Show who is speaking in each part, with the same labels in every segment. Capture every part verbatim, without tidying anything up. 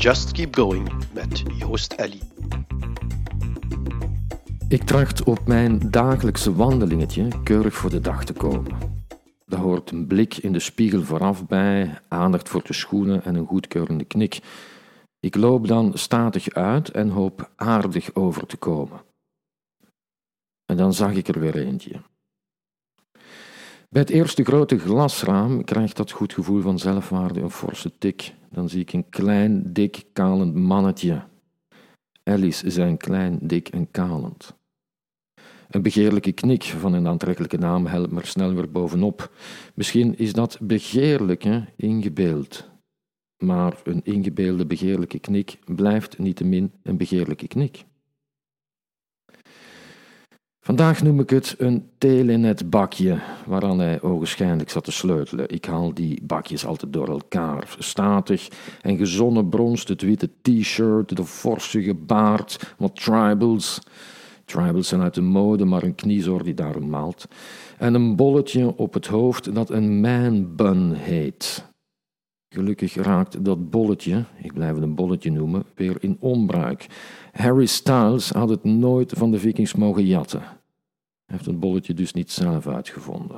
Speaker 1: Just Keep Going met Joost Ellie.
Speaker 2: Ik tracht op mijn dagelijkse wandelingetje keurig voor de dag te komen. Daar hoort een blik in de spiegel vooraf bij, aandacht voor de schoenen en een goedkeurende knik. Ik loop dan statig uit en hoop aardig over te komen. En dan zag ik er weer eentje. Bij het eerste grote glasraam krijgt dat goed gevoel van zelfwaarde een forse tik. Dan zie ik een klein, dik, kalend mannetje. Alice zijn klein, dik en kalend. Een begeerlijke knik van een aantrekkelijke naam helpt me er snel weer bovenop. Misschien is dat begeerlijke ingebeeld. Maar een ingebeelde begeerlijke knik blijft niettemin een begeerlijke knik. Vandaag noem ik het een telenetbakje, waaraan hij ogenschijnlijk zat te sleutelen. Ik haal die bakjes altijd door elkaar. Statig en gezonnebronst, het witte t-shirt, de forsige baard, wat tribals. Tribals zijn uit de mode, maar een kniezoor die daarom maalt. En een bolletje op het hoofd dat een man bun heet. Gelukkig raakt dat bolletje, ik blijf het een bolletje noemen, weer in onbruik. Harry Styles had het nooit van de Vikings mogen jatten. Hij heeft het bolletje dus niet zelf uitgevonden.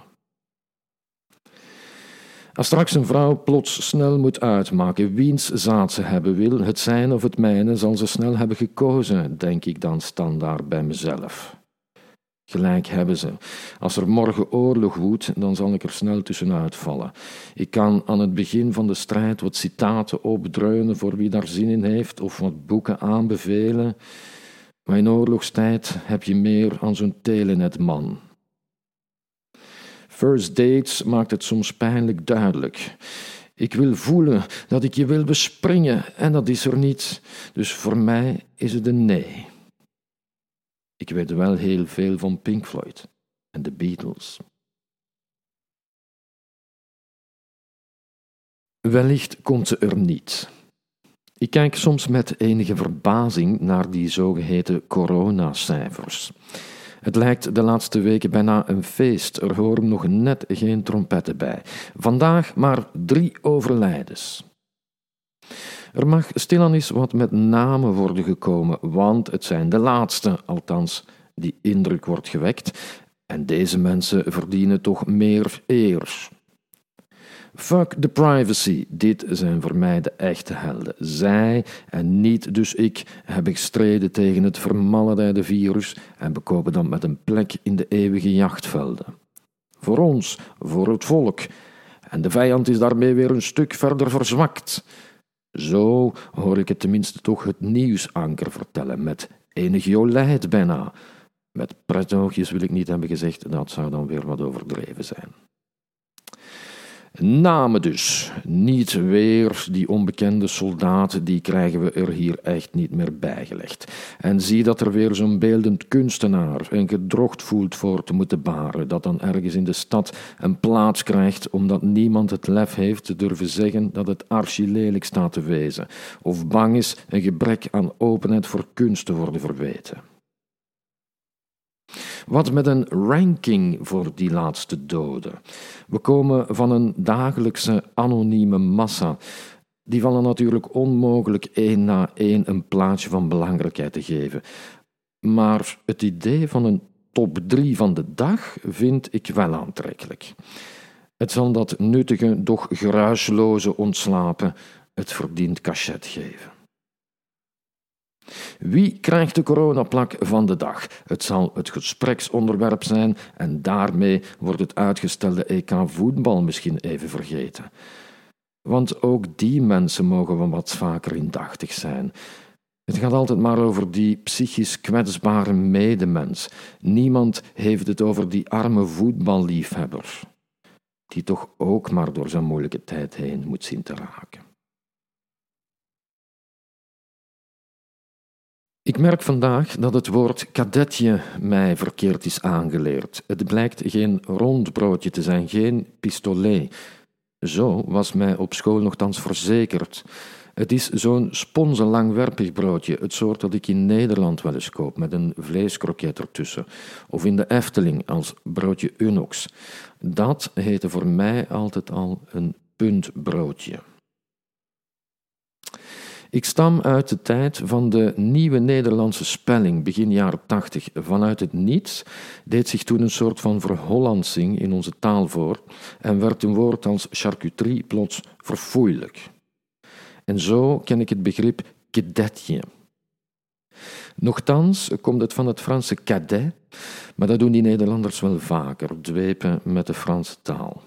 Speaker 2: Als straks een vrouw plots snel moet uitmaken wiens zaad ze hebben wil, het zijn of het mijne, zal ze snel hebben gekozen, denk ik dan standaard bij mezelf. Gelijk hebben ze. Als er morgen oorlog woedt, dan zal ik er snel tussenuit vallen. Ik kan aan het begin van de strijd wat citaten opdreunen voor wie daar zin in heeft, of wat boeken aanbevelen. Maar in oorlogstijd heb je meer aan zo'n telenetman. First dates maakt het soms pijnlijk duidelijk. Ik wil voelen dat ik je wil bespringen en dat is er niet. Dus voor mij is het een nee. Ik weet wel heel veel van Pink Floyd en de Beatles. Wellicht komt ze er niet. Ik kijk soms met enige verbazing naar die zogeheten coronacijfers. Het lijkt de laatste weken bijna een feest. Er horen nog net geen trompetten bij. Vandaag maar drie overlijdens. Er mag stilaan eens wat met namen worden gekomen, want het zijn de laatste, althans, die indruk wordt gewekt. En deze mensen verdienen toch meer eer. Fuck the privacy, dit zijn voor mij de echte helden. Zij, en niet dus ik, hebben gestreden tegen het vermaledijde virus en bekopen dan met een plek in de eeuwige jachtvelden. Voor ons, voor het volk. En de vijand is daarmee weer een stuk verder verzwakt. Zo hoor ik het tenminste toch het nieuwsanker vertellen, met enig jolijt bijna. Met pretoogjes wil ik niet hebben gezegd, dat zou dan weer wat overdreven zijn. Namen dus. Niet weer die onbekende soldaat, die krijgen we er hier echt niet meer bijgelegd. En zie dat er weer zo'n beeldend kunstenaar een gedrocht voelt voor te moeten baren, dat dan ergens in de stad een plaats krijgt, omdat niemand het lef heeft te durven zeggen dat het archilelijk staat te wezen, of bang is een gebrek aan openheid voor kunst te worden verweten. Wat met een ranking voor die laatste doden. We komen van een dagelijkse anonieme massa. Die vallen natuurlijk onmogelijk één na één een plaatsje van belangrijkheid te geven. Maar het idee van een top drie van de dag vind ik wel aantrekkelijk. Het zal dat nuttige, doch geruisloze ontslapen het verdiend cachet geven. Wie krijgt de coronaplak van de dag? Het zal het gespreksonderwerp zijn en daarmee wordt het uitgestelde E K voetbal misschien even vergeten. Want ook die mensen mogen wel wat vaker indachtig zijn. Het gaat altijd maar over die psychisch kwetsbare medemens. Niemand heeft het over die arme voetballiefhebber, die toch ook maar door zo'n moeilijke tijd heen moet zien te raken. Ik merk vandaag dat het woord kadetje mij verkeerd is aangeleerd. Het blijkt geen rond broodje te zijn, geen pistolet. Zo was mij op school nogthans verzekerd. Het is zo'n sponselangwerpig broodje, het soort dat ik in Nederland wel eens koop, met een vleeskroket ertussen. Of in de Efteling als broodje Unox. Dat heette voor mij altijd al een puntbroodje. Ik stam uit de tijd van de nieuwe Nederlandse spelling, begin jaren tachtig. Vanuit het niets deed zich toen een soort van verhollandsing in onze taal voor en werd een woord als charcuterie plots verfoeilijk. En zo ken ik het begrip cadetje. Nochtans komt het van het Franse cadet, maar dat doen die Nederlanders wel vaker, dwepen met de Franse taal.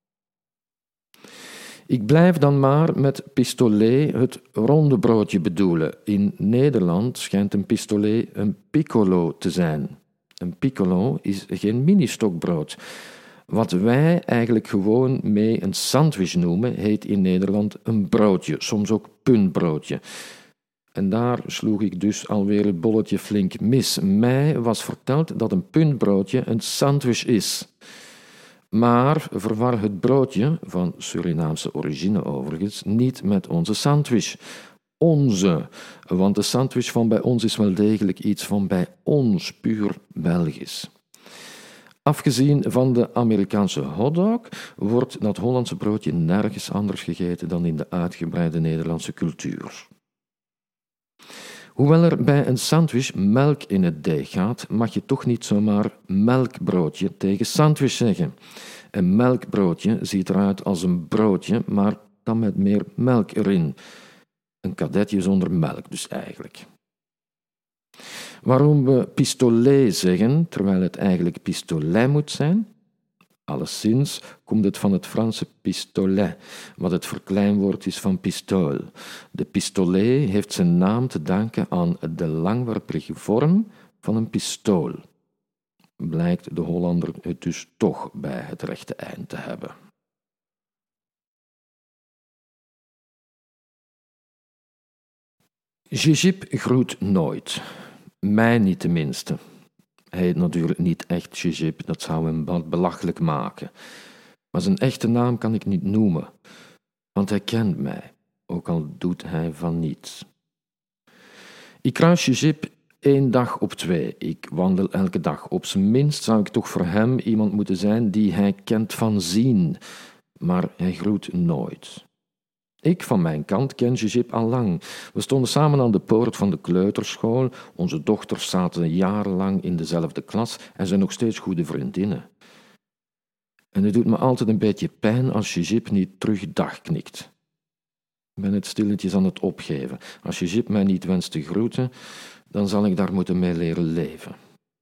Speaker 2: Ik blijf dan maar met pistolet het ronde broodje bedoelen. In Nederland schijnt een pistolet een piccolo te zijn. Een piccolo is geen mini-stokbrood. Wat wij eigenlijk gewoon mee een sandwich noemen, heet in Nederland een broodje, soms ook puntbroodje. En daar sloeg ik dus alweer het bolletje flink mis. Mij was verteld dat een puntbroodje een sandwich is. Maar verwar het broodje, van Surinaamse origine overigens, niet met onze sandwich. Onze, want de sandwich van bij ons is wel degelijk iets van bij ons, puur Belgisch. Afgezien van de Amerikaanse hotdog wordt dat Hollandse broodje nergens anders gegeten dan in de uitgebreide Nederlandse cultuur. Hoewel er bij een sandwich melk in het deeg gaat, mag je toch niet zomaar melkbroodje tegen sandwich zeggen. Een melkbroodje ziet eruit als een broodje, maar dan met meer melk erin. Een kadetje zonder melk dus eigenlijk. Waarom we pistolet zeggen, terwijl het eigenlijk pistolet moet zijn? Alleszins komt het van het Franse pistolet, wat het verkleinwoord is van pistool. De pistolet heeft zijn naam te danken aan de langwerperige vorm van een pistool. Blijkt de Hollander het dus toch bij het rechte eind te hebben. Gégip groet nooit. Mij niet tenminste. Hij heet natuurlijk niet echt Gégip, dat zou hem belachelijk maken. Maar zijn echte naam kan ik niet noemen, want hij kent mij, ook al doet hij van niets. Ik kruis Gégip één dag op twee. Ik wandel elke dag. Op zijn minst zou ik toch voor hem iemand moeten zijn die hij kent van zien, maar hij groet nooit. Ik van mijn kant ken Gégip al lang. We stonden samen aan de poort van de kleuterschool. Onze dochters zaten jarenlang in dezelfde klas en zijn nog steeds goede vriendinnen. En het doet me altijd een beetje pijn als Gégip niet terug dag knikt. Ik ben het stilletjes aan het opgeven. Als Gégip mij niet wenst te groeten, dan zal ik daar moeten mee leren leven.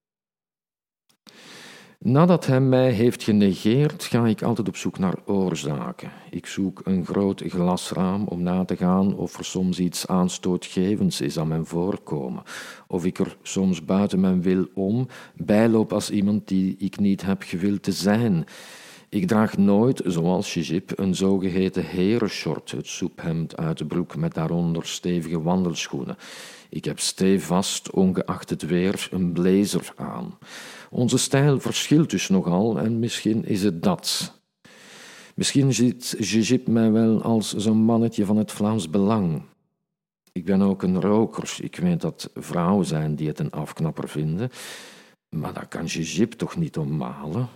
Speaker 2: Nadat hij mij heeft genegeerd, ga ik altijd op zoek naar oorzaken. Ik zoek een groot glasraam om na te gaan of er soms iets aanstootgevends is aan mijn voorkomen. Of ik er soms buiten mijn wil om bijloop als iemand die ik niet heb gewild te zijn. Ik draag nooit, zoals Gégip, een zogeheten herenshort, het soephemd uit de broek met daaronder stevige wandelschoenen. Ik heb stevast, ongeacht het weer, een blazer aan. Onze stijl verschilt dus nogal en misschien is het dat. Misschien ziet Gégip mij wel als zo'n mannetje van het Vlaams Belang. Ik ben ook een roker. Ik weet dat vrouwen zijn die het een afknapper vinden, maar dat kan Gégip toch niet ommalen?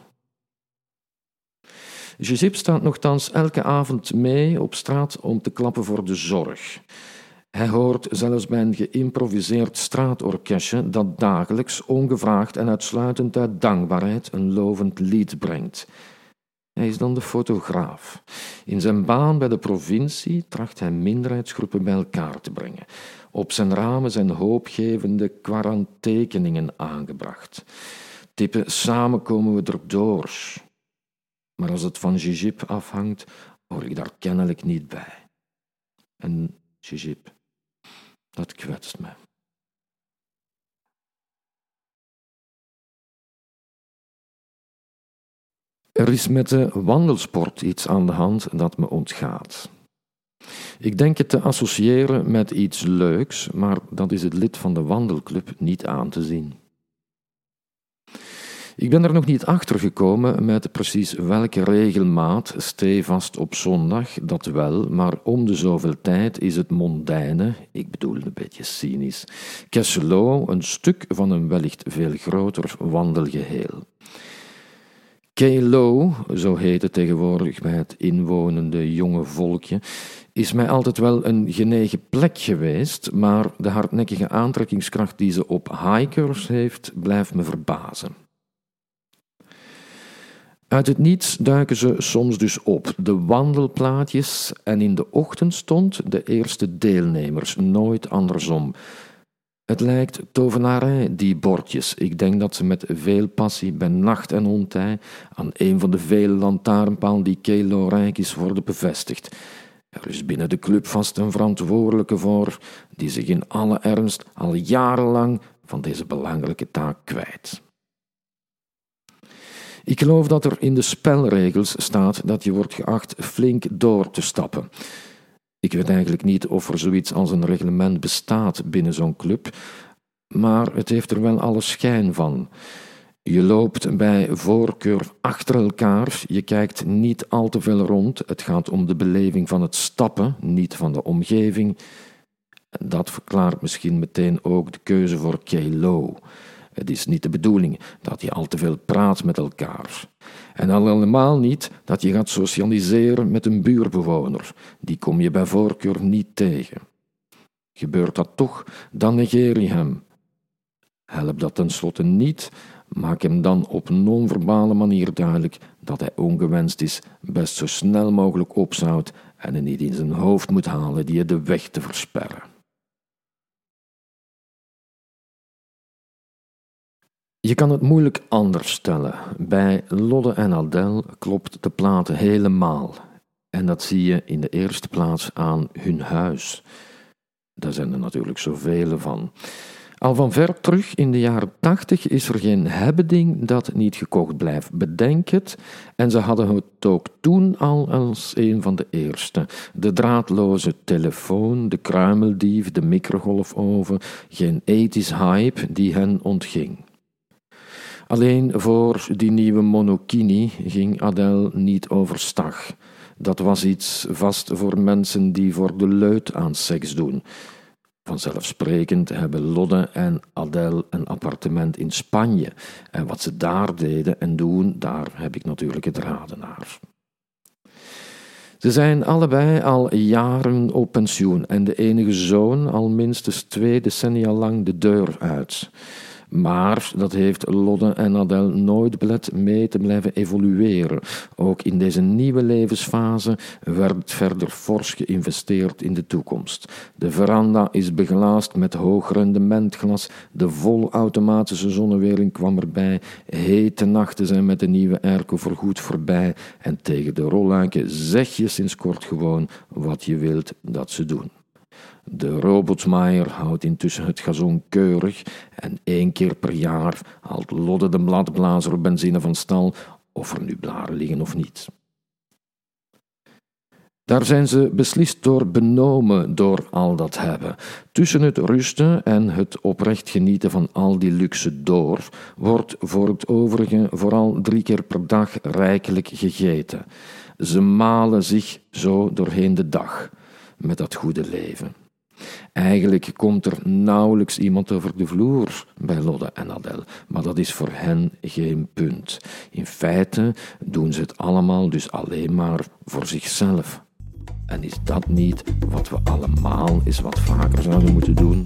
Speaker 2: Gégip staat nochtans elke avond mee op straat om te klappen voor de zorg. Hij hoort zelfs bij een geïmproviseerd straatorkestje dat dagelijks, ongevraagd en uitsluitend uit dankbaarheid een lovend lied brengt. Hij is dan de fotograaf. In zijn baan bij de provincie tracht hij minderheidsgroepen bij elkaar te brengen. Op zijn ramen zijn hoopgevende kwarantekeningen aangebracht. Tippen, samen komen we erdoor. Maar als het van Gégip afhangt, hoor ik daar kennelijk niet bij. En Gégip, dat kwetst me. Er is met de wandelsport iets aan de hand dat me ontgaat. Ik denk het te associëren met iets leuks, maar dat is het lid van de wandelclub niet aan te zien. Ik ben er nog niet achter gekomen met precies welke regelmaat, stevast op zondag, dat wel, maar om de zoveel tijd is het mondaine, ik bedoel een beetje cynisch, Kesselo een stuk van een wellicht veel groter wandelgeheel. K-Lo, zo heet het tegenwoordig bij het inwonende jonge volkje, is mij altijd wel een genegen plek geweest, maar de hardnekkige aantrekkingskracht die ze op hikers heeft, blijft me verbazen. Uit het niets duiken ze soms dus op, de wandelplaatjes, en in de ochtendstond de eerste deelnemers, nooit andersom. Het lijkt tovenarij, die bordjes. Ik denk dat ze met veel passie bij nacht en ontij aan een van de vele lantaarnpalen die K-Lo rijk is worden bevestigd. Er is binnen de club vast een verantwoordelijke voor, die zich in alle ernst al jarenlang van deze belangrijke taak kwijt. Ik geloof dat er in de spelregels staat dat je wordt geacht flink door te stappen. Ik weet eigenlijk niet of er zoiets als een reglement bestaat binnen zo'n club, maar het heeft er wel alle schijn van. Je loopt bij voorkeur achter elkaar, je kijkt niet al te veel rond, het gaat om de beleving van het stappen, niet van de omgeving. Dat verklaart misschien meteen ook de keuze voor K-Lo. Het is niet de bedoeling dat je al te veel praat met elkaar. En al helemaal niet dat je gaat socialiseren met een buurbewoner. Die kom je bij voorkeur niet tegen. Gebeurt dat toch, dan negeer je hem. Helpt dat tenslotte niet, maak hem dan op non-verbale manier duidelijk dat hij ongewenst is, best zo snel mogelijk opzout en het niet in zijn hoofd moet halen die je de weg te versperren. Je kan het moeilijk anders stellen. Bij Lodde en Adèle klopt de plaat helemaal. En dat zie je in de eerste plaats aan hun huis. Daar zijn er natuurlijk zoveel van. Al van ver terug in de jaren tachtig is er geen hebbeding dat niet gekocht blijft. Bedenk het. En ze hadden het ook toen al als een van de eerste. De draadloze telefoon, de kruimeldief, de microgolfoven. Geen ethisch hype die hen ontging. Alleen voor die nieuwe monokini ging Adèle niet overstag. Dat was iets vast voor mensen die voor de leut aan seks doen. Vanzelfsprekend hebben Lodde en Adèle een appartement in Spanje. En wat ze daar deden en doen, daar heb ik natuurlijk het raden naar. Ze zijn allebei al jaren op pensioen en de enige zoon al minstens twee decennia lang de deur uit. Maar dat heeft Lodde en Adèle nooit belet mee te blijven evolueren. Ook in deze nieuwe levensfase werd verder fors geïnvesteerd in de toekomst. De veranda is beglaasd met hoog rendementglas, de volautomatische zonnewering kwam erbij, hete nachten zijn met de nieuwe airco voorgoed voorbij en tegen de rolluiken zeg je sinds kort gewoon wat je wilt dat ze doen. De robotmaaier houdt intussen het gazon keurig en één keer per jaar haalt Lodde de bladblazer op benzine van stal, of er nu blaren liggen of niet. Daar zijn ze beslist door benomen door al dat hebben. Tussen het rusten en het oprecht genieten van al die luxe door, wordt voor het overige vooral drie keer per dag rijkelijk gegeten. Ze malen zich zo doorheen de dag met dat goede leven. Eigenlijk komt er nauwelijks iemand over de vloer bij Lodde en Adèle, maar dat is voor hen geen punt. In feite doen ze het allemaal dus alleen maar voor zichzelf. En is dat niet wat we allemaal eens wat vaker zouden moeten doen?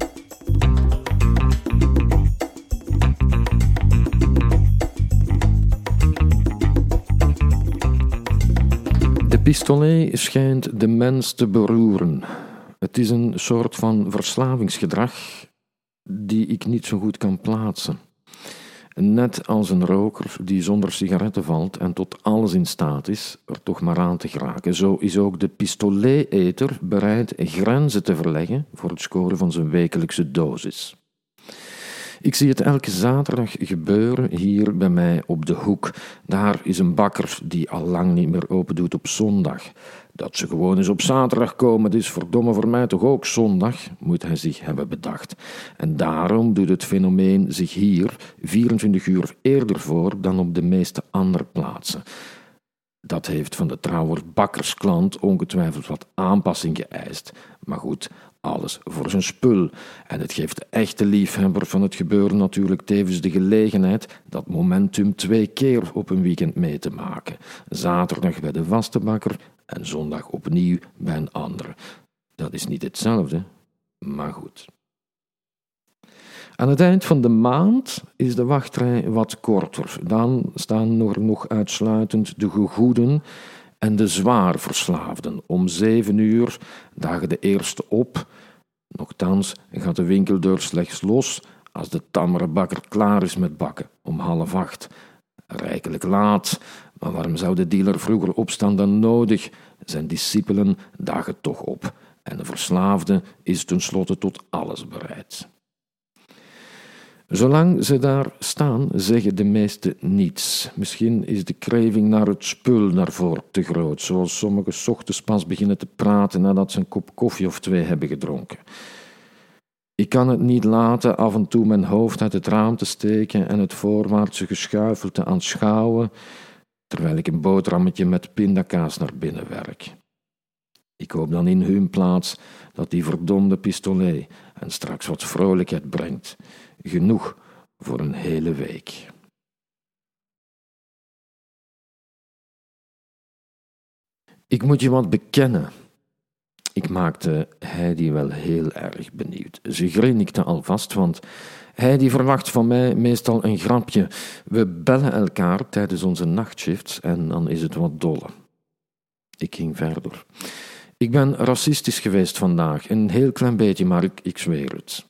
Speaker 2: De pistolet schijnt de mens te beroeren. Het is een soort van verslavingsgedrag die ik niet zo goed kan plaatsen. Net als een roker die zonder sigaretten valt en tot alles in staat is er toch maar aan te geraken. Zo is ook de pistolet-eter bereid grenzen te verleggen voor het scoren van zijn wekelijkse dosis. Ik zie het elke zaterdag gebeuren hier bij mij op de hoek. Daar is een bakker die al lang niet meer open doet op zondag. Dat ze gewoon eens op zaterdag komen, het is verdomme voor mij toch ook zondag, moet hij zich hebben bedacht. En daarom doet het fenomeen zich hier vierentwintig uur eerder voor dan op de meeste andere plaatsen. Dat heeft van de trouwe bakkersklant ongetwijfeld wat aanpassing geëist. Maar goed, Alles voor zijn spul. En het geeft de echte liefhebber van het gebeuren natuurlijk tevens de gelegenheid dat momentum twee keer op een weekend mee te maken. Zaterdag bij de vaste bakker en zondag opnieuw bij een andere. Dat is niet hetzelfde, maar goed. Aan het eind van de maand is de wachtrij wat korter. Dan staan er nog uitsluitend de gegoeden en de zwaar verslaafden. Om zeven uur dagen de eerste op. Nochtans gaat de winkeldeur slechts los als de tammere bakker klaar is met bakken, om half acht. Rijkelijk laat, maar waarom zou de dealer vroeger opstaan dan nodig? Zijn discipelen dagen toch op en de verslaafde is tenslotte tot alles bereid. Zolang ze daar staan, zeggen de meesten niets. Misschien is de craving naar het spul daarvoor te groot, zoals sommigen 's ochtends pas beginnen te praten nadat ze een kop koffie of twee hebben gedronken. Ik kan het niet laten af en toe mijn hoofd uit het raam te steken en het voorwaartse geschuifel te aanschouwen, terwijl ik een boterhammetje met pindakaas naar binnen werk. Ik hoop dan in hun plaats dat die verdomde pistolet en straks wat vrolijkheid brengt. Genoeg voor een hele week. Ik moet je wat bekennen. Ik maakte Heidi wel heel erg benieuwd. Ze grinnikte alvast, want Heidi verwacht van mij meestal een grapje. We bellen elkaar tijdens onze nachtshifts en dan is het wat dolle. Ik ging verder. Ik ben racistisch geweest vandaag, een heel klein beetje, maar ik, ik zweer het.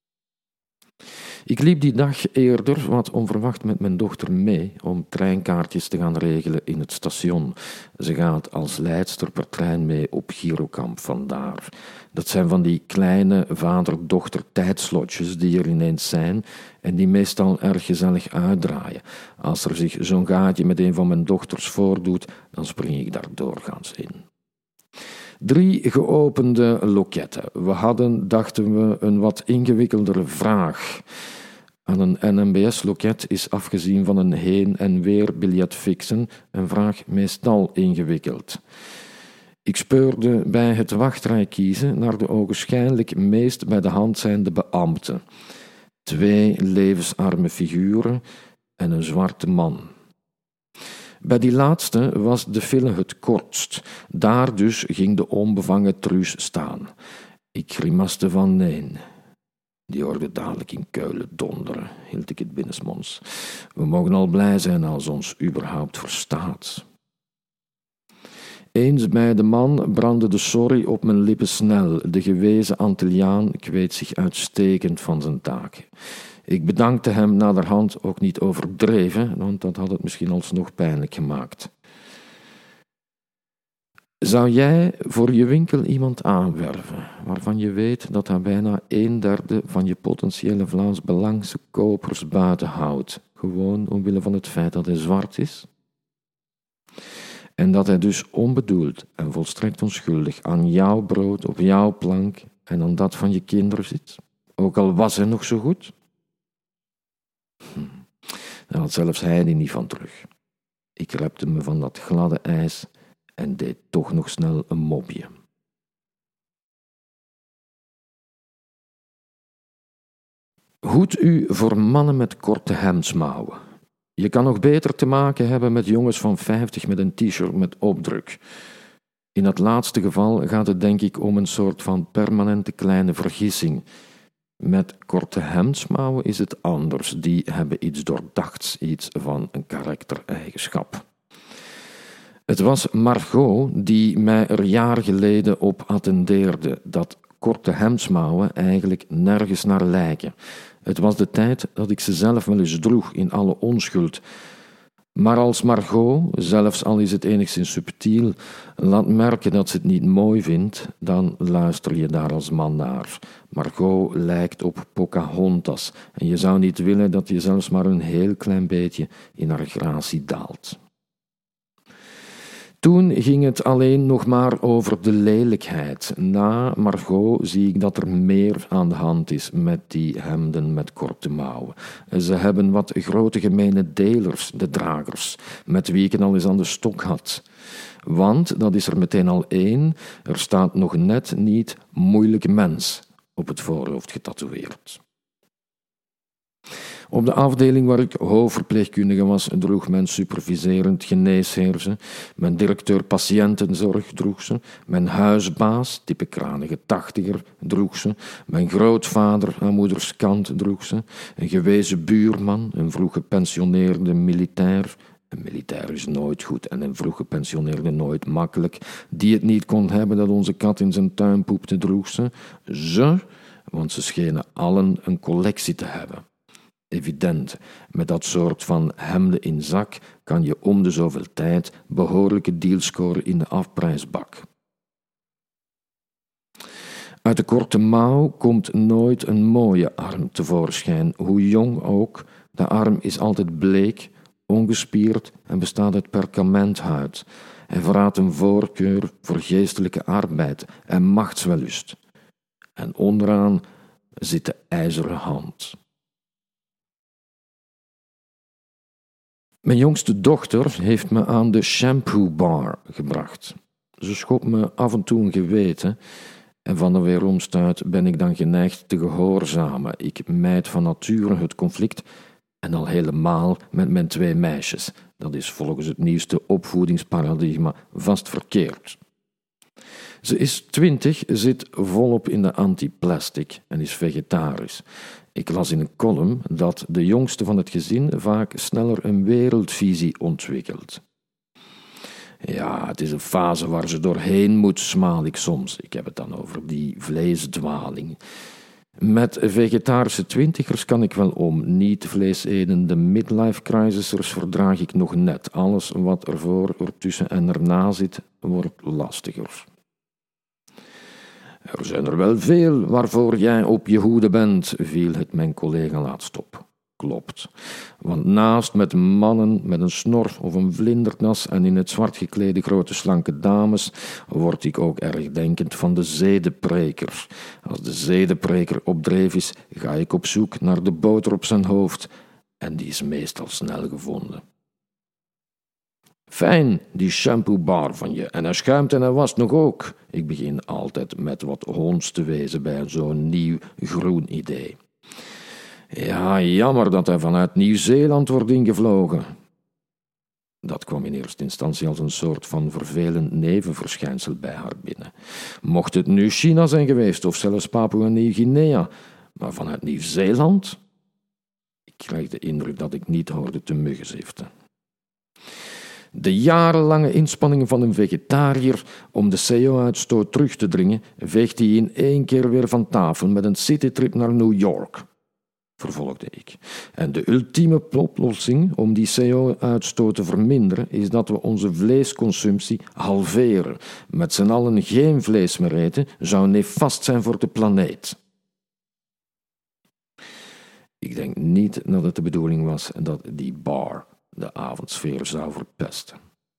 Speaker 2: Ik liep die dag eerder wat onverwacht met mijn dochter mee om treinkaartjes te gaan regelen in het station. Ze gaat als leidster per trein mee op Girokamp vandaar. Dat zijn van die kleine vader-dochter tijdslotjes die er ineens zijn en die meestal erg gezellig uitdraaien. Als er zich zo'n gaatje met een van mijn dochters voordoet, dan spring ik daar doorgaans in. Drie geopende loketten. We hadden, dachten we, een wat ingewikkeldere vraag. Aan een N M B S-loket is afgezien van een heen- en weer biljet fixen een vraag meestal ingewikkeld. Ik speurde bij het wachtrij kiezen naar de ogenschijnlijk meest bij de hand zijnde beambten. Twee levensarme figuren en een zwarte man. Bij die laatste was de file het kortst. Daar dus ging de onbevangen Truus staan. Ik grimaste van nee. Die hoorde dadelijk in Keulen donderen, hield ik het binnensmonds. We mogen al blij zijn als ons überhaupt verstaat. Eens bij de man brandde de sorry op mijn lippen snel. De gewezen Antilliaan kweet zich uitstekend van zijn taak. Ik bedankte hem naderhand ook niet overdreven, want dat had het misschien alsnog pijnlijk gemaakt. Zou jij voor je winkel iemand aanwerven, waarvan je weet dat hij bijna een derde van je potentiële Vlaams Belangse kopers buiten houdt, gewoon omwille van het feit dat hij zwart is? En dat hij dus onbedoeld en volstrekt onschuldig aan jouw brood op jouw plank en aan dat van je kinderen zit, ook al was hij nog zo goed? Hm. Daar had zelfs Heidi niet van terug. Ik repte me van dat gladde ijs en deed toch nog snel een mopje. Hoed u voor mannen met korte hemdsmouwen. Je kan nog beter te maken hebben met jongens van vijftig met een t-shirt met opdruk. In dat laatste geval gaat het denk ik om een soort van permanente kleine vergissing. Met korte hemdsmouwen is het anders. Die hebben iets doordachts, iets van een karaktereigenschap. Het was Margot die mij er jaren geleden op attendeerde dat korte hemdsmouwen eigenlijk nergens naar lijken. Het was de tijd dat ik ze zelf wel eens droeg in alle onschuld. Maar als Margot, zelfs al is het enigszins subtiel, laat merken dat ze het niet mooi vindt, dan luister je daar als man naar. Margot lijkt op Pocahontas en je zou niet willen dat je zelfs maar een heel klein beetje in haar gratie daalt. Toen ging het alleen nog maar over de lelijkheid. Na Margot zie ik dat er meer aan de hand is met die hemden met korte mouwen. Ze hebben wat grote gemene delers, de dragers, met wie ik het al eens aan de stok had. Want, dat is er meteen al één, er staat nog net niet moeilijk mens op het voorhoofd getatoeëerd. Op de afdeling waar ik hoofdverpleegkundige was, droeg mijn superviserend geneesheer ze, mijn directeur patiëntenzorg droeg ze, mijn huisbaas, type kranige tachtiger, droeg ze, mijn grootvader aan moeders kant droeg ze, een gewezen buurman, een vroeg gepensioneerde militair. Een militair is nooit goed en een vroeg gepensioneerde nooit makkelijk, die het niet kon hebben dat onze kat in zijn tuin poepte, droeg ze. Ze, want ze schenen allen een collectie te hebben. Evident, met dat soort van hemden in zak kan je om de zoveel tijd behoorlijke deals scoren in de afprijsbak. Uit de korte mouw komt nooit een mooie arm tevoorschijn, hoe jong ook. De arm is altijd bleek, ongespierd en bestaat uit perkamenthuid. Hij verraadt een voorkeur voor geestelijke arbeid en machtswellust. En onderaan zit de ijzeren hand. Mijn jongste dochter heeft me aan de shampoo bar gebracht. Ze schopt me af en toe een geweten en van de weeromstuit ben ik dan geneigd te gehoorzamen. Ik mijd van nature het conflict en al helemaal met mijn twee meisjes. Dat is volgens het nieuwste opvoedingsparadigma vast verkeerd. Ze is twintig, zit volop in de antiplastic en is vegetarisch. Ik las in een column dat de jongste van het gezin vaak sneller een wereldvisie ontwikkelt. Ja, het is een fase waar ze doorheen moet, smaal ik soms. Ik heb het dan over die vleesdwaling. Met vegetarische twintigers kan ik wel om. Niet vleesetende midlife crisisers verdraag ik nog net. Alles wat ervoor, ertussen en erna zit, wordt lastiger. Er zijn er wel veel waarvoor jij op je hoede bent, viel het mijn collega laatst op. Klopt. Want naast met mannen met een snor of een vlindernas en in het zwart geklede grote slanke dames, word ik ook erg denkend van de zedenpreker. Als de zedenpreker op dreef is, ga ik op zoek naar de boter op zijn hoofd en die is meestal snel gevonden. Fijn, die shampoo-bar van je. En hij schuimt en hij wast nog ook. Ik begin altijd met wat hons te wezen bij zo'n nieuw groen idee. Ja, jammer dat hij vanuit Nieuw-Zeeland wordt ingevlogen. Dat kwam in eerste instantie als een soort van vervelend nevenverschijnsel bij haar binnen. Mocht het nu China zijn geweest of zelfs Papua-Nieuw-Guinea, maar vanuit Nieuw-Zeeland? Ik krijg de indruk dat ik niet hoorde te muggenziften. De jarenlange inspanningen van een vegetariër om de C O-uitstoot terug te dringen, veegt hij in één keer weer van tafel met een citytrip naar New York, vervolgde ik. En de ultieme oplossing om die C O-uitstoot te verminderen is dat we onze vleesconsumptie halveren. Met z'n allen geen vlees meer eten zou nefast zijn voor de planeet. Ik denk niet dat het de bedoeling was dat die bar de avondsfeer zou verpesten.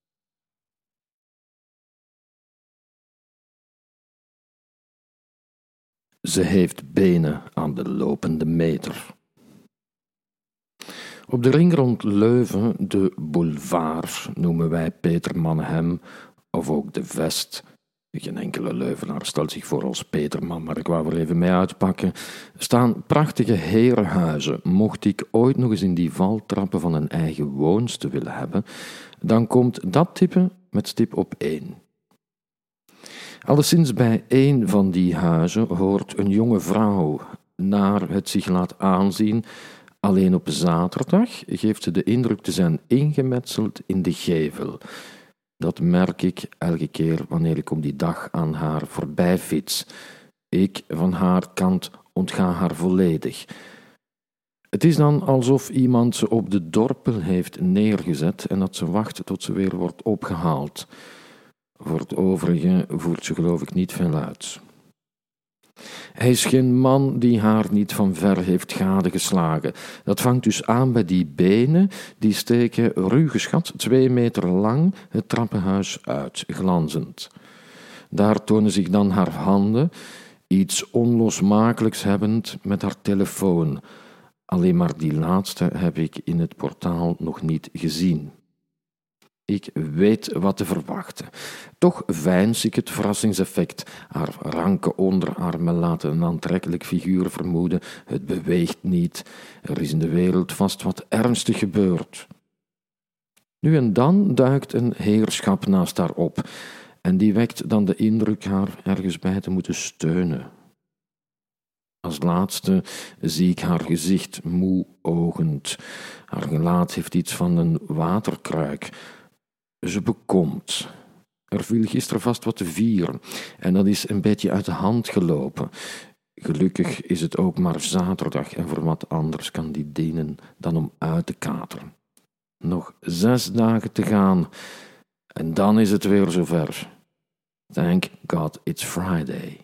Speaker 2: Ze heeft benen aan de lopende meter. Op de ring rond Leuven, de boulevard, noemen wij Peter Mannheim, of ook de Vest. Geen enkele Leuvenaar stelt zich voor als Peterman, maar ik wou er even mee uitpakken. Staan prachtige herenhuizen. Mocht ik ooit nog eens in die val trappen van een eigen woonste willen hebben, dan komt dat type met stip op één. Alleszins bij één van die huizen hoort een jonge vrouw. Naar het zich laat aanzien, alleen op zaterdag geeft ze de indruk te zijn ingemetseld in de gevel. Dat merk ik elke keer wanneer ik op die dag aan haar voorbij fiets. Ik van haar kant ontga haar volledig. Het is dan alsof iemand ze op de dorpel heeft neergezet en dat ze wacht tot ze weer wordt opgehaald. Voor het overige voert ze geloof ik niet veel uit. Hij is geen man die haar niet van ver heeft gadegeslagen. Dat vangt dus aan bij die benen, die steken ruw geschat twee meter lang het trappenhuis uit, glanzend. Daar tonen zich dan haar handen, iets onlosmakelijks hebbend met haar telefoon. Alleen maar die laatste heb ik in het portaal nog niet gezien. Ik weet wat te verwachten. Toch veins ik het verrassingseffect. Haar ranke onderarmen laten een aantrekkelijk figuur vermoeden. Het beweegt niet. Er is in de wereld vast wat ernstig gebeurd. Nu en dan duikt een heerschap naast haar op. En die wekt dan de indruk haar ergens bij te moeten steunen. Als laatste zie ik haar gezicht moe-ogend. Haar gelaat heeft iets van een waterkruik. Ze bekomt. Er viel gisteren vast wat te vieren en dat is een beetje uit de hand gelopen. Gelukkig is het ook maar zaterdag en voor wat anders kan die dienen dan om uit te kateren. Nog zes dagen te gaan en dan is het weer zover. Thank God it's Friday.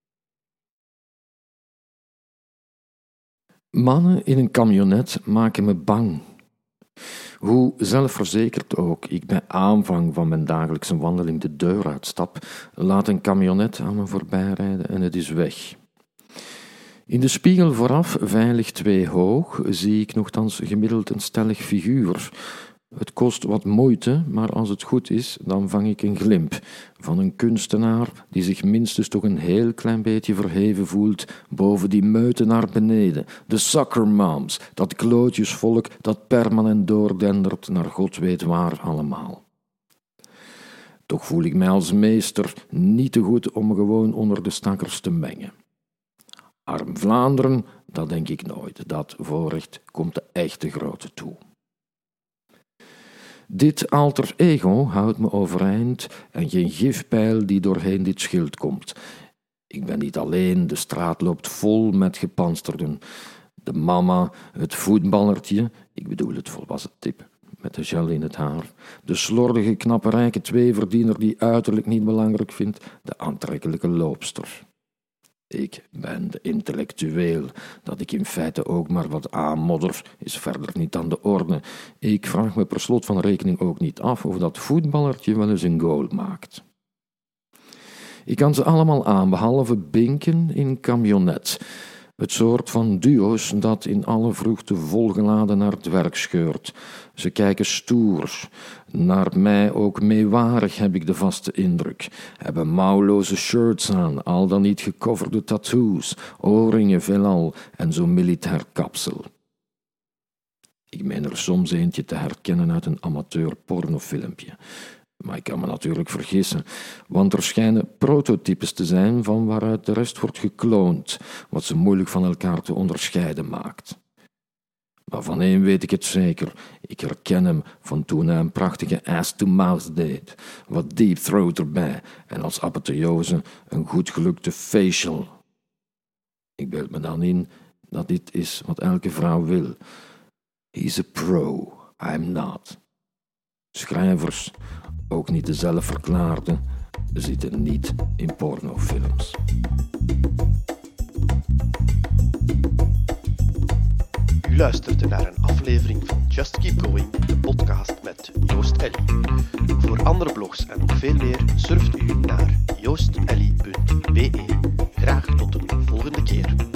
Speaker 2: Mannen in een camionet maken me bang. Hoe zelfverzekerd ook ik bij aanvang van mijn dagelijkse wandeling de deur uitstap, laat een camionet aan me voorbij rijden en het is weg. In de spiegel vooraf, veilig twee hoog, zie ik nochtans gemiddeld een stellig figuur. Het kost wat moeite, maar als het goed is, dan vang ik een glimp van een kunstenaar die zich minstens toch een heel klein beetje verheven voelt boven die meute naar beneden. De soccer moms, dat klootjesvolk dat permanent doordendert naar God weet waar allemaal. Toch voel ik mij als meester niet te goed om me gewoon onder de stakkers te mengen. Arm Vlaanderen, dat denk ik nooit. Dat voorrecht komt de echte grote toe. Dit alter ego houdt me overeind en geen gifpijl die doorheen dit schild komt. Ik ben niet alleen, de straat loopt vol met gepansterden. De mama, het voetballertje, ik bedoel het volwassen tip, met de gel in het haar. De slordige, knappe, rijke tweeverdiener die uiterlijk niet belangrijk vindt, de aantrekkelijke loopster. Ik ben de intellectueel. Dat ik in feite ook maar wat aanmodder, is verder niet aan de orde. Ik vraag me per slot van rekening ook niet af of dat voetballertje wel eens een goal maakt. Ik kan ze allemaal aan, behalve Binken in camionet. Het soort van duo's dat in alle vroegte volgeladen naar het werk scheurt. Ze kijken stoer. Naar mij ook meewarig, heb ik de vaste indruk. Hebben mouwloze shirts aan, al dan niet gecoverde tattoos, oorringen veelal en zo'n militair kapsel. Ik meen er soms eentje te herkennen uit een amateur pornofilmpje. Maar ik kan me natuurlijk vergissen, want er schijnen prototypes te zijn van waaruit de rest wordt gekloond, wat ze moeilijk van elkaar te onderscheiden maakt. Maar van één weet ik het zeker, ik herken hem van toen hij een prachtige ass-to-mouth deed, wat deep throat erbij en als apotheose een goed gelukte facial. Ik beeld me dan in dat dit is wat elke vrouw wil. He's a pro, I'm not. Schrijvers, ook niet de zelfverklaarde, zitten niet in pornofilms.
Speaker 1: U luisterde naar een aflevering van Just Keep Going, de podcast met Joost Ellie. Voor andere blogs en nog veel meer surft u naar joost ellie punt be. Graag tot een volgende keer.